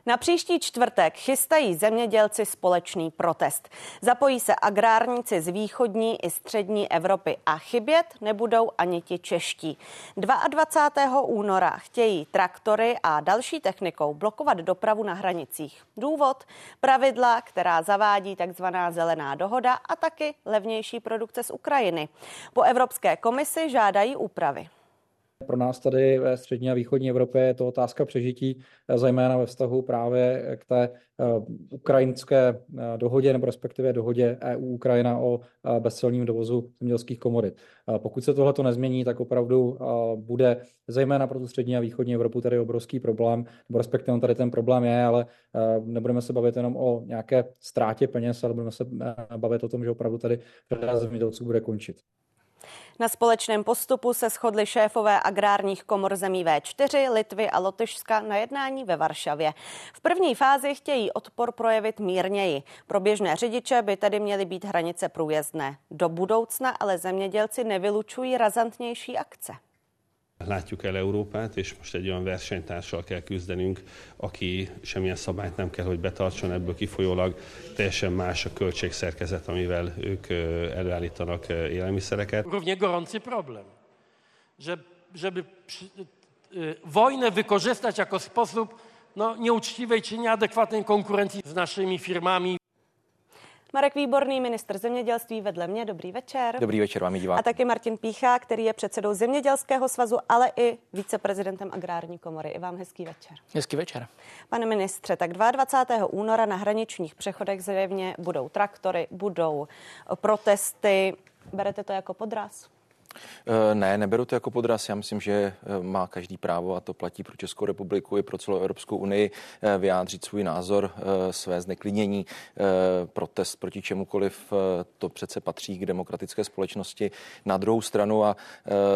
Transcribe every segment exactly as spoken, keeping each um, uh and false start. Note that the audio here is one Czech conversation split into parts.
Na příští čtvrtek chystají zemědělci společný protest. Zapojí se agrárníci z východní i střední Evropy a chybět nebudou ani ti čeští. dvacátého druhého února chtějí traktory a další technikou blokovat dopravu na hranicích. Důvod? Pravidla, která zavádí takzvaná zelená dohoda a taky levnější produkce z Ukrajiny. Po Evropské komisi žádají úpravy. Pro nás tady ve střední a východní Evropě je to otázka přežití, zejména ve vztahu právě k té ukrajinské dohodě, nebo respektive dohodě E U-Ukrajina o bezcelním dovozu zemědělských komodit. Pokud se tohle to nezmění, tak opravdu bude zejména pro tu střední a východní Evropu tady obrovský problém, nebo respektive tady ten problém je, ale nebudeme se bavit jenom o nějaké ztrátě peněz, ale budeme se bavit o tom, že opravdu tady řada zemědělců bude končit. Na společném postupu se shodli šéfové agrárních komor zemí V čtyři, Litvy a Lotyšska na jednání ve Varšavě. V první fázi chtějí odpor projevit mírněji. Pro běžné řidiče by tedy měly být hranice průjezdné. Do budoucna ale zemědělci nevylučují razantnější akce. Látjuk el Európát, és most egy olyan versenytársal kell küzdenünk, aki semmilyen szabályt nem kell, hogy betartson, ebből kifolyólag teljesen más a költségszerkezet, amivel ők előállítanak élelmiszereket. Równie gorący problem, że, żeby przy, y, wojnę wykorzystać jako sposób no, nieuczciwej czy nieadekwatnej konkurencji z naszymi firmami. Marek Výborný, ministr zemědělství, vedle mě. Dobrý večer. Dobrý večer vám, diváci. A taky Martin Pícha, který je předsedou Zemědělského svazu, ale i viceprezidentem Agrární komory. I vám hezký večer. Hezký večer. Pane ministře, tak dvacátého druhého února na hraničních přechodech zjevně budou traktory, budou protesty. Berete to jako podraz? Ne, neberu to jako podraz. Já myslím, že má každý právo, a to platí pro Českou republiku i pro celou Evropskou unii, vyjádřit svůj názor, své zneklidnění, protest proti čemukoliv. To přece patří k demokratické společnosti. Na druhou stranu, a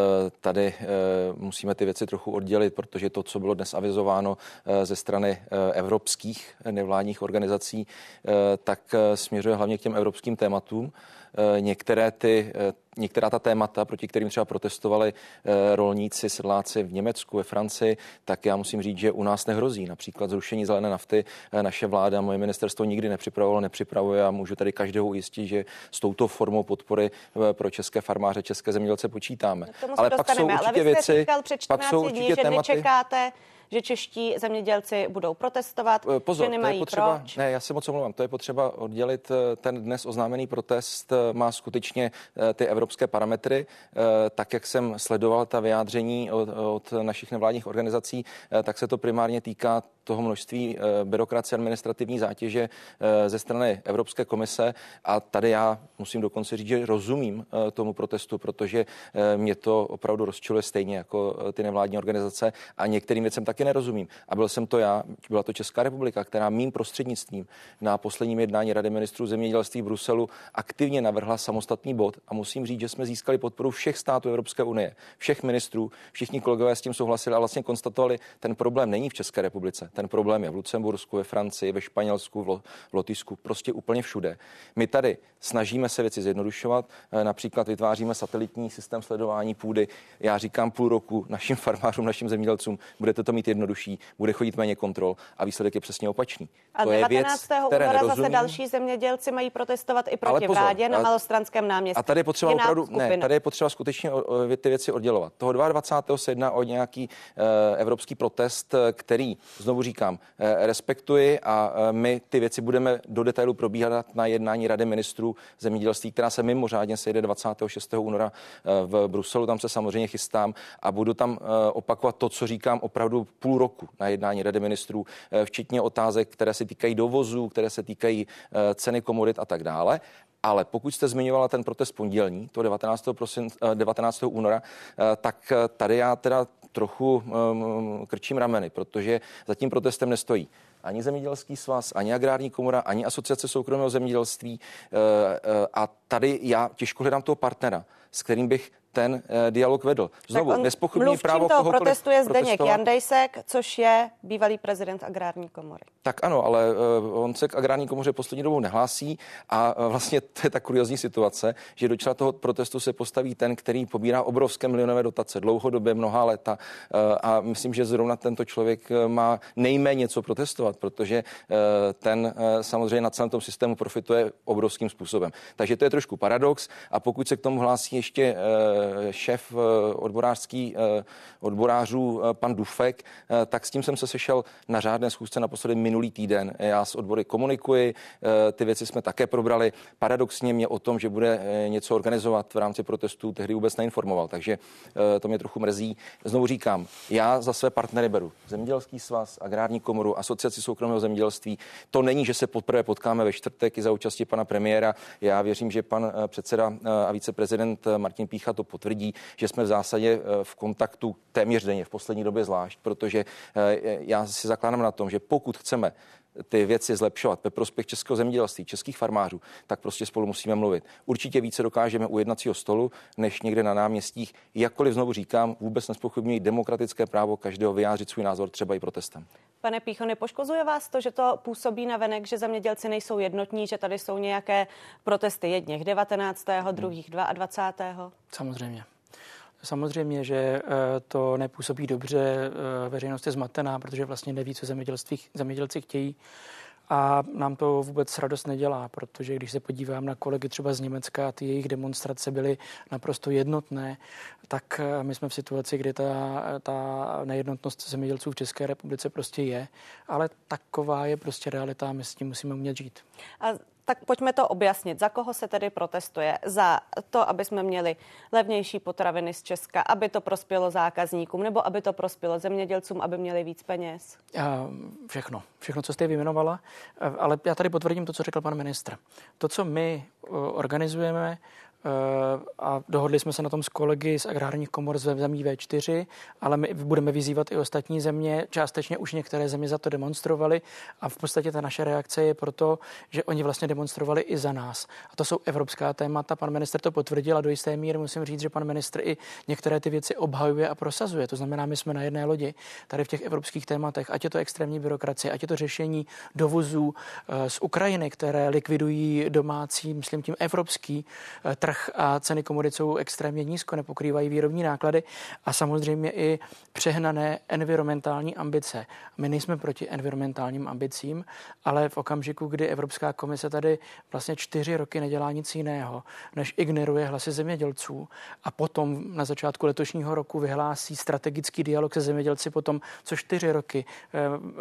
tady musíme ty věci trochu oddělit, protože to, co bylo dnes avizováno ze strany evropských nevládních organizací, tak směřuje hlavně k těm evropským tématům. Některé ty, některá ta témata, proti kterým třeba protestovali rolníci, sedláci v Německu, ve Francii, tak já musím říct, že u nás nehrozí. Například zrušení zelené nafty naše vláda, moje ministerstvo nikdy nepřipravovalo, nepřipravuje a můžu tady každého ujistit, že s touto formou podpory pro české farmáře, české zemědělce počítáme. Ale pak jsou určitě věci, pak jsou určitě dní, tématy, že nečekáte, že čeští zemědělci budou protestovat, Pozor, že nemají to je potřeba, proč. Ne, já se moc omlouvám, to je potřeba oddělit. Ten dnes oznámený protest má skutečně ty evropské parametry. Tak, jak jsem sledoval ta vyjádření od, od našich nevládních organizací, tak se to primárně týká toho množství byrokracie, administrativní zátěže ze strany Evropské komise. A tady já musím dokonce říct, že rozumím tomu protestu, protože mě to opravdu rozčiluje stejně jako ty nevládní organizace a některým věcem taky nerozumím. A byl jsem to já, byla to Česká republika, která mým prostřednictvím na posledním jednání Rady ministrů zemědělství v Bruselu aktivně navrhla samostatný bod a musím říct, že jsme získali podporu všech států Evropské unie, všech ministrů, všichni kolegové s tím souhlasili a vlastně konstatovali, ten problém není v České republice. Ten problém je v Lucembursku, ve Francii, ve Španělsku, v, Lo- v Lotyšsku, prostě úplně všude. My tady snažíme se věci zjednodušovat, například vytváříme satelitní systém sledování půdy. Já říkám půl roku našim farmářům, našim zemědělcům, budete to mít jednodušší, bude chodit méně kontrol a výsledek je přesně opačný. A to je věc, února nerozumím. Zase další zemědělci mají protestovat i proti pozor, vládě na Malostranském náměstí. A tady je potřeba Jiná opravdu, skupina. ne, tady je potřeba skutečně ty věci oddělovat. Toho dvacátého druhého se jedná o nějaký uh, evropský protest, který, znovu říkám, uh, respektuji a uh, my ty věci budeme do detailu probíhat na jednání Rady ministrů zemědělství, která se mimořádně sejde dvacátého šestého února uh, v Bruselu. Tam se samozřejmě chystám a budu tam uh, opakovat to, co říkám opravdu půl roku na jednání Rady ministrů, uh, včetně otázek, které se týkají dovozu, které se týkají uh, ceny komodit a tak dále. Ale pokud jste zmiňovala ten protest pondělní, to devatenáctého února, tak tady já teda trochu um, krčím rameny, protože za tím protestem nestojí ani Zemědělský svaz, ani Agrární komora, ani Asociace soukromého zemědělství. A tady já těžko hledám toho partnera, s kterým bych ten dialog vedl. Znovu, nezpochybňuji právo toho kohokoliv protestuje Zdeněk protestovat. Jandejsek, což je bývalý prezident Agrární komory. Tak ano, ale on se k Agrární komoře poslední dobou nehlásí a vlastně to je ta kuriozní situace, že do čela toho protestu se postaví ten, který pobírá obrovské milionové dotace dlouhodobě, mnoha léta a myslím, že zrovna tento člověk má nejméně co protestovat, protože ten samozřejmě na celém tom systému profituje obrovským způsobem. Takže to je trošku paradox a pokud se k tomu hlásí ještě šéf odborářský odborářů pan Dufek, tak s tím jsem se sešel na řádné schůzce naposledy minulý týden. Já s odbory komunikuji, ty věci jsme také probrali. Paradoxně mě o tom, že bude něco organizovat v rámci protestů, tehdy vůbec neinformoval, takže to mě trochu mrzí. Znovu říkám, já za své partnery beru Zemědělský svaz, Agrární komoru, Asociaci soukromého zemědělství. To není, že se poprvé potkáme ve čtvrtek i za účasti pana premiéra. Já věřím, že pan předseda a viceprezident Martin Pýcha to potvrdí, že jsme v zásadě v kontaktu téměř denně, v poslední době zvlášť, protože já si zakládám na tom, že pokud chceme ty věci zlepšovat ve prospěch českého zemědělství, českých farmářů, tak prostě spolu musíme mluvit. Určitě více dokážeme u jednacího stolu, než někde na náměstích. Jakkoliv znovu říkám, vůbec nezpochybňuji demokratické právo každého vyjádřit svůj názor třeba i protestem. Pane Pýcho, nepoškozuje vás to, že to působí navenek, že zemědělci nejsou jednotní, že tady jsou nějaké protesty jedněch devatenáctého, druhých dvacátého? Samozřejmě. Samozřejmě, že to nepůsobí dobře, veřejnost je zmatená, protože vlastně neví, co zemědělství, zemědělci chtějí. A nám to vůbec radost nedělá, protože když se podívám na kolegy třeba z Německa, ty jejich demonstrace byly naprosto jednotné, tak my jsme v situaci, kdy ta, ta nejednotnost zemědělců v České republice prostě je, ale taková je prostě realita a my s tím musíme umět žít. A tak pojďme to objasnit. Za koho se tedy protestuje? Za to, aby jsme měli levnější potraviny z Česka, aby to prospělo zákazníkům, nebo aby to prospělo zemědělcům, aby měli víc peněz? Všechno. Všechno, co jste vyjmenovala. Ale já tady potvrdím to, co řekl pan ministr. To, co my organizujeme, a dohodli jsme se na tom s kolegy z agrárních komor z zemí vé čtyři, ale my budeme vyzývat i ostatní země. Částečně už některé země za to demonstrovali a v podstatě ta naše reakce je proto, že oni vlastně demonstrovali i za nás. A to jsou evropská témata. Pan ministr to potvrdil a do jisté míry musím říct, že pan ministr i některé ty věci obhajuje a prosazuje. To znamená, my jsme na jedné lodi tady v těch evropských tématech, ať je to extrémní byrokracie, ať je to řešení dovozů z Ukrajiny, které likvidují domácí, myslím tím evropský trh a ceny komodit jsou extrémně nízko, nepokrývají výrobní náklady a samozřejmě i přehnané environmentální ambice. My nejsme proti environmentálním ambicím, ale v okamžiku, kdy Evropská komise tady vlastně čtyři roky nedělá nic jiného, než ignoruje hlasy zemědělců a potom na začátku letošního roku vyhlásí strategický dialog se zemědělci potom, co čtyři roky e,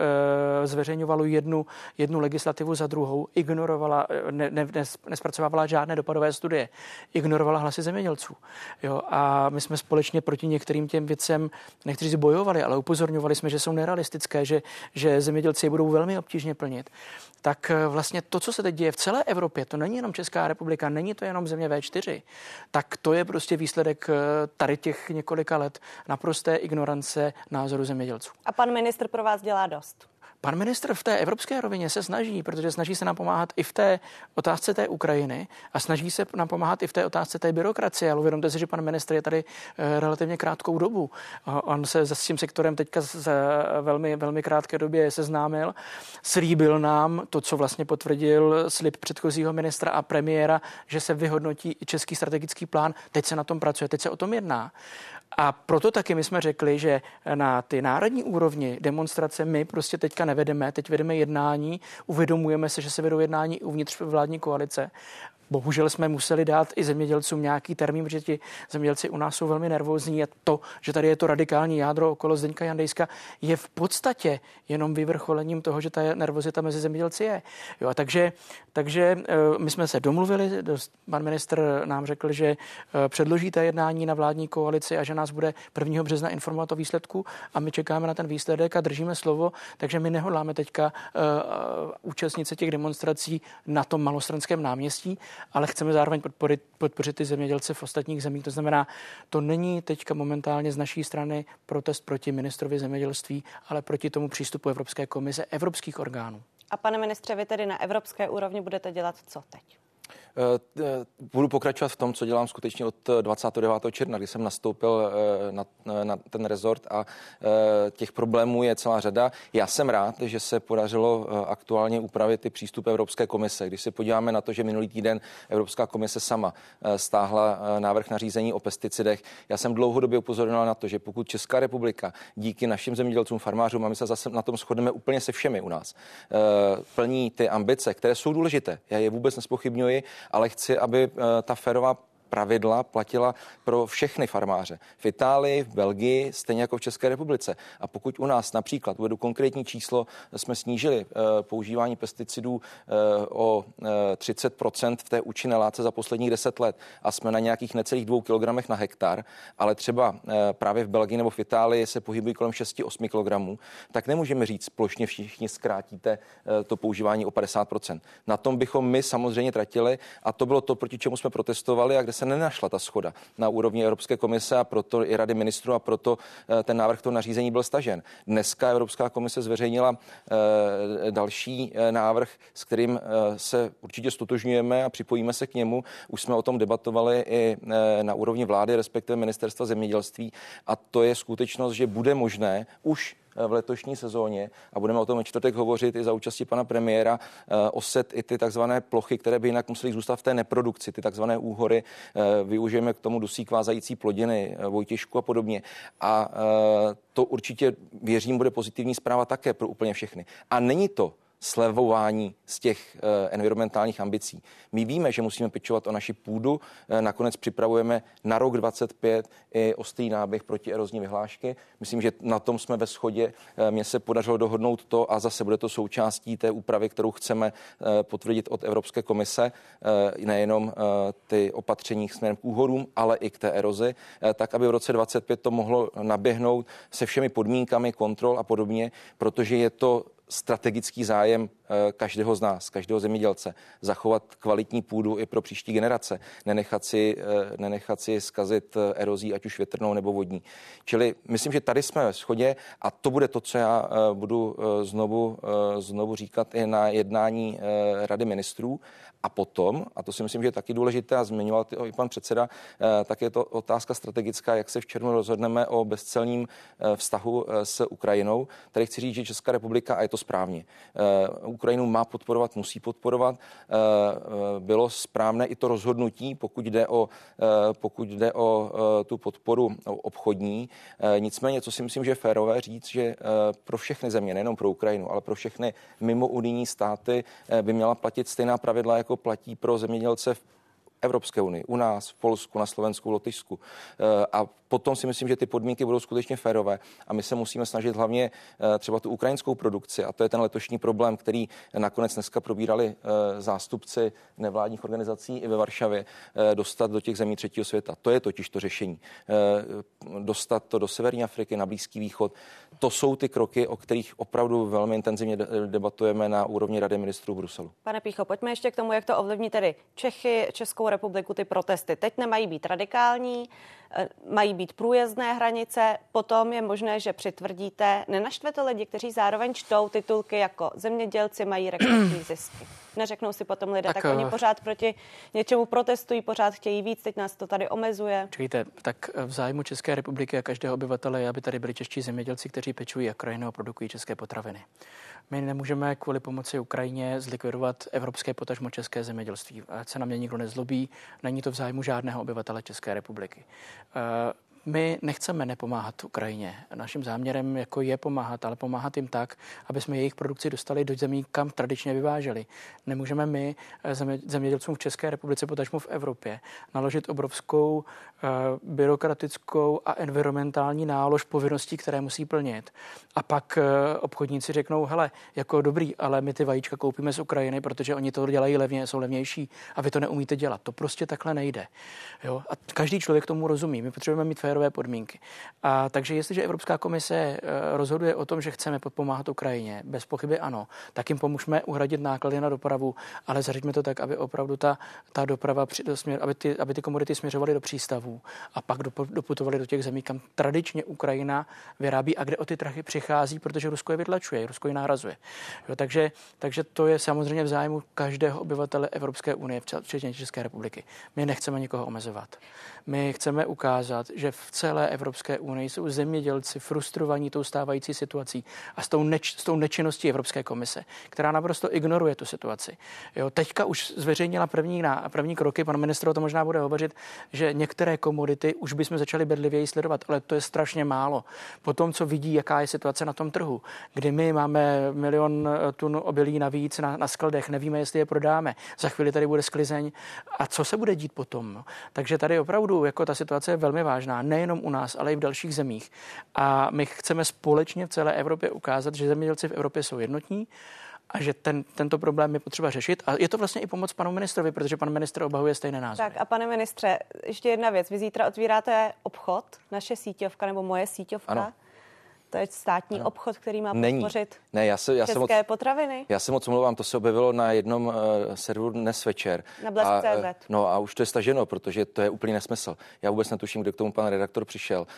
e, zveřejňovalo jednu, jednu legislativu za druhou, ignorovala, ne, ne, nespracovávala žádné dopadové studie, ignorovala hlasy zemědělců. Jo, a my jsme společně proti některým těm věcem, nechci říct bojovali, ale upozorňovali jsme, že jsou nerealistické, že, že zemědělci je budou velmi obtížně plnit. Tak vlastně to, co se teď děje v celé Evropě, to není jenom Česká republika, není to jenom země vé čtyři, tak to je prostě výsledek tady těch několika let naprosté ignorance názoru zemědělců. A pan ministr pro vás dělá dost? Pan ministr v té evropské rovině se snaží, protože snaží se nám pomáhat i v té otázce té Ukrajiny a snaží se nám pomáhat i v té otázce té byrokracie. Ale uvědomte si, že pan ministr je tady relativně krátkou dobu. On se s tím sektorem teďka z velmi, velmi krátké době seznámil. Slíbil nám to, co vlastně potvrdil slib předchozího ministra a premiéra, že se vyhodnotí i český strategický plán. Teď se na tom pracuje, teď se o tom jedná. A proto taky my jsme řekli, že na ty národní úrovni demonstrace my prostě teďka nevedeme, teď vedeme jednání, uvědomujeme se, že se vedou jednání uvnitř vládní koalice. Bohužel jsme museli dát i zemědělcům nějaký termín, protože ti zemědělci u nás jsou velmi nervózní a to, že tady je to radikální jádro okolo Zdeňka Jandejska, je v podstatě jenom vyvrcholením toho, že ta nervozita mezi zemědělci je. Jo, a takže, takže my jsme se domluvili, pan ministr nám řekl, že předloží ta jednání na vládní koalici a že nás bude prvního března informovat o výsledku a my čekáme na ten výsledek a držíme slovo, takže my nehodláme teďka uh, účastnit se těch demonstrací na tom Malostranském náměstí, ale chceme zároveň podporit, podpořit ty zemědělce v ostatních zemích. To znamená, to není teďka momentálně z naší strany protest proti ministrovi zemědělství, ale proti tomu přístupu Evropské komise, evropských orgánů. A pane ministře, vy tedy na evropské úrovni budete dělat co teď? Budu pokračovat v tom, co dělám skutečně od dvacátého devátého června, kdy jsem nastoupil na, na ten rezort a těch problémů je celá řada. Já jsem rád, že se podařilo aktuálně upravit ty přístupy Evropské komise. Když se podíváme na to, že minulý týden Evropská komise sama stáhla návrh nařízení o pesticidech, já jsem dlouhodobě upozorňoval na to, že pokud Česká republika díky našim zemědělcům, farmářům, a my se zase na tom shodneme úplně se všemi u nás, plní ty ambice, které jsou důležité. Já je vůbec nespochybňuji, ale chci, aby ta férová pravidla platila pro všechny farmáře. V Itálii, v Belgii, stejně jako v České republice. A pokud u nás například, uvedu konkrétní číslo, jsme snížili uh, používání pesticidů uh, o uh, třicet procent v té účinné látce za posledních deset let a jsme na nějakých necelých dvou kilogramech na hektar, ale třeba uh, právě v Belgii nebo v Itálii se pohybují kolem šest až osm kilogramů, tak nemůžeme říct, plošně všichni zkrátíte uh, to používání o padesát procent. Na tom bychom my samozřejmě tratili a to bylo to, proti čemu jsme protestovali a kde se nenašla ta shoda na úrovni Evropské komise a proto i Rady ministrů a proto ten návrh toho nařízení byl stažen. Dneska Evropská komise zveřejnila e, další e, návrh, s kterým e, se určitě stotožňujeme a připojíme se k němu. Už jsme o tom debatovali i e, na úrovni vlády, respektive ministerstva zemědělství a to je skutečnost, že bude možné už v letošní sezóně a budeme o tom ve čtvrtek hovořit i za účasti pana premiéra, oset i ty takzvané plochy, které by jinak musely zůstat v té neprodukci, ty takzvané úhory, využijeme k tomu dusík vázající plodiny, vojtěžku a podobně. A to určitě, věřím, bude pozitivní zpráva také pro úplně všechny. A není to slevování z těch eh, environmentálních ambicí. My víme, že musíme pečovat o naši půdu, eh, nakonec připravujeme na rok dvacet pět i ostrý náběh proti erozní vyhlášky. Myslím, že na tom jsme ve shodě. Eh, mně se podařilo dohodnout to a zase bude to součástí té úpravy, kterou chceme eh, potvrdit od Evropské komise, eh, nejenom eh, ty opatření směrem k úhorům, ale i k té erozi, eh, tak aby v roce dvacet pět to mohlo naběhnout se všemi podmínkami, kontrol a podobně, protože je to strategický zájem každého z nás, každého zemědělce, zachovat kvalitní půdu i pro příští generace, nenechat si, nenechat si zkazit erozí, ať už větrnou nebo vodní. Čili myslím, že tady jsme ve shodě a to bude to, co já budu znovu, znovu říkat i na jednání Rady ministrů. A potom, a to si myslím, že je taky důležité, a zmiňoval to i pan předseda, tak je to otázka strategická, jak se v červnu rozhodneme o bezcelním vztahu s Ukrajinou. Tady chci říct, že Česká republika, a je to správně, Ukrajinu má podporovat, musí podporovat. Bylo správné i to rozhodnutí, pokud jde o, pokud jde o tu podporu obchodní. Nicméně, co si myslím, že je férové říct, že pro všechny země, nejenom pro Ukrajinu, ale pro všechny mimo unijní státy by měla platit stejná pravidla, jako platí pro zemědělce v Evropské unii, u nás, v Polsku, na Slovensku, v Lotyšsku. A potom si myslím, že ty podmínky budou skutečně férové a my se musíme snažit hlavně třeba tu ukrajinskou produkci a to je ten letošní problém, který nakonec dneska probírali zástupci nevládních organizací i ve Varšavě, dostat do těch zemí třetího světa. To je totiž to řešení. Dostat to do severní Afriky, na Blízký východ. To jsou ty kroky, o kterých opravdu velmi intenzivně debatujeme na úrovni Rady ministrů v Bruselu. Pane Pýcho, pojďme ještě k tomu, jak to ovlivní tedy Čechy, Českou republiku, ty protesty. Teď nemají být radikální, mají být průjezdné hranice, potom je možné, že přitvrdíte. Nenaštvete lidi, kteří zároveň čtou titulky jako zemědělci mají rekordní zisky. Neřeknou si potom lidé, tak, tak oni pořád proti něčemu protestují, pořád chtějí víc, teď nás to tady omezuje. Čekejte, tak v zájmu České republiky a každého obyvatele je, aby tady byli čeští zemědělci, kteří pečují a krajinu a produkují české potraviny. My nemůžeme kvůli pomoci Ukrajině zlikvidovat evropské potažmo české zemědělství. Ať se na mě nikdo nezlobí, není to v zájmu žádného obyvatele České republiky. My nechceme nepomáhat Ukrajině. Naším záměrem jako je pomáhat, ale pomáhat jim tak, aby jsme jejich produkci dostali do zemí, kam tradičně vyváželi. Nemůžeme my zemědělcům v České republice, potažmo v Evropě, naložit obrovskou uh, byrokratickou a environmentální nálož povinností, které musí plnit. A pak uh, obchodníci řeknou, hele, jako dobrý, ale my ty vajíčka koupíme z Ukrajiny, protože oni to dělají levně, jsou levnější a vy to neumíte dělat. To prostě takhle nejde. Jo? A každý člověk tomu rozumí. My potřebujeme mít férovou férové podmínky. A takže jestliže Evropská komise rozhoduje o tom, že chceme podpomáhat Ukrajině, bez pochyby ano, tak jim pomůžeme uhradit náklady na dopravu, ale zařiďme to tak, aby opravdu ta, ta doprava, aby ty, aby ty komodity směřovaly do přístavů a pak doputovaly do těch zemí, kam tradičně Ukrajina vyrábí a kde o ty trhy přichází, protože Rusko je vytlačuje, Rusko je nahrazuje. Jo, takže, takže to je samozřejmě v zájmu každého obyvatele Evropské unie, včetně České republiky. My nechceme nikoho omezovat. My chceme ukázat, že v celé Evropské unii jsou zemědělci frustrovaní tou stávající situací a s tou, neč, s tou nečinností Evropské komise, která naprosto ignoruje tu situaci. Jo, teďka už zveřejnila první, první kroky, pan ministr o tom možná bude hovořit, že některé komodity už bychom začali bedlivěji sledovat, ale to je strašně málo. Po tom, co vidí, jaká je situace na tom trhu, kdy my máme milion tun obilí navíc na, na skladech, nevíme, jestli je prodáme, za chvíli tady bude sklizeň a co se bude dít potom. Takže tady opravdu jako ta situace je velmi vážná, nejenom u nás, ale i v dalších zemích. A my chceme společně v celé Evropě ukázat, že zemědělci v Evropě jsou jednotní a že ten, tento problém je potřeba řešit. A je to vlastně i pomoc panu ministrovi, protože pan ministr obhajuje stejné názory. Tak a pane ministře, ještě jedna věc. Vy zítra otvíráte obchod, naše síťovka nebo moje síťovka. Ano. To je státní ano. obchod, který má podpořit ne, já se, já české moc, potraviny. Já se moc omlouvám, to se objevilo na jednom uh, serveru dnes večer. Na Blesk tečka cé zet. No a už to je staženo, protože to je úplný nesmysl. Já vůbec netuším, kde k tomu pan redaktor přišel. Uh,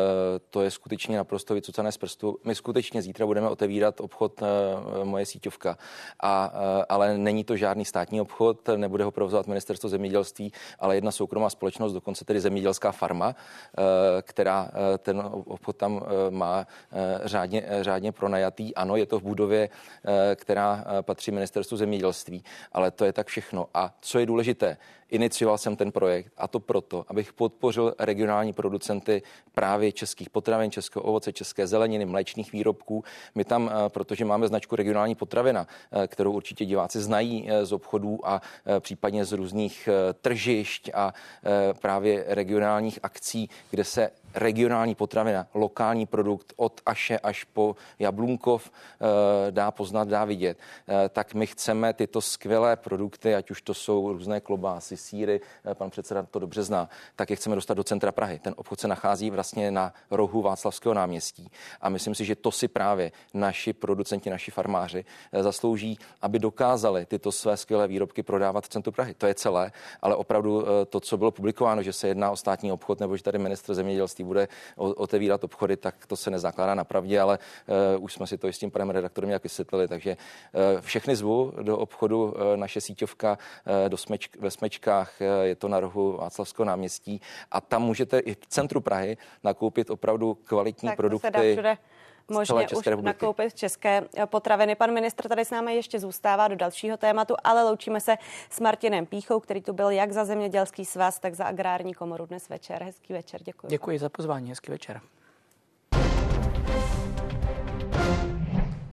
to je skutečně naprosto vycucané z prstu. My skutečně zítra budeme otevírat obchod uh, moje síťovka. A, uh, ale není to žádný státní obchod, nebude ho provozovat ministerstvo zemědělství, ale jedna soukromá společnost, dokonce tedy zemědělská farma, uh, která uh, ten obchod tam uh, má řádně, řádně pronajatý. Ano, je to v budově, která patří ministerstvu zemědělství, ale to je tak všechno. A co je důležité, inicioval jsem ten projekt a to proto, abych podpořil regionální producenty právě českých potravin, českého ovoce, české zeleniny, mléčných výrobků. My tam, protože máme značku regionální potravina, kterou určitě diváci znají z obchodů a případně z různých tržišť a právě regionálních akcí, kde se regionální potravina, lokální produkt od Aše až po Jablunkov dá poznat, dá vidět, tak my chceme tyto skvělé produkty, ať už to jsou různé klobásy, sýry, pan předseda to dobře zná, tak je chceme dostat do centra Prahy. Ten obchod se nachází vlastně na rohu Václavského náměstí a myslím si, že to si právě naši producenti, naši farmáři zaslouží, aby dokázali tyto své skvělé výrobky prodávat v centru Prahy. To je celé, ale opravdu to, co bylo publikováno, že se jedná o státní obchod nebo že tady ministr zemědělství bude otevírat obchody, tak to se nezakládá na pravdě, ale uh, už jsme si to i s tím panem redaktorem nějak vysvětlili, takže uh, všechny zvu do obchodu uh, naše síťovka uh, do Smeč, ve Smečkách, uh, je to na rohu Václavského náměstí a tam můžete i v centru Prahy nakoupit opravdu kvalitní tak produkty. Možně už nakoupit české potraviny. Pan ministr tady s námi ještě zůstává do dalšího tématu, ale loučíme se s Martinem Píchou, který tu byl jak za Zemědělský svaz, tak za Agrární komoru dnes večer. Hezký večer, děkuji. Děkuji za pozvání, hezký večer.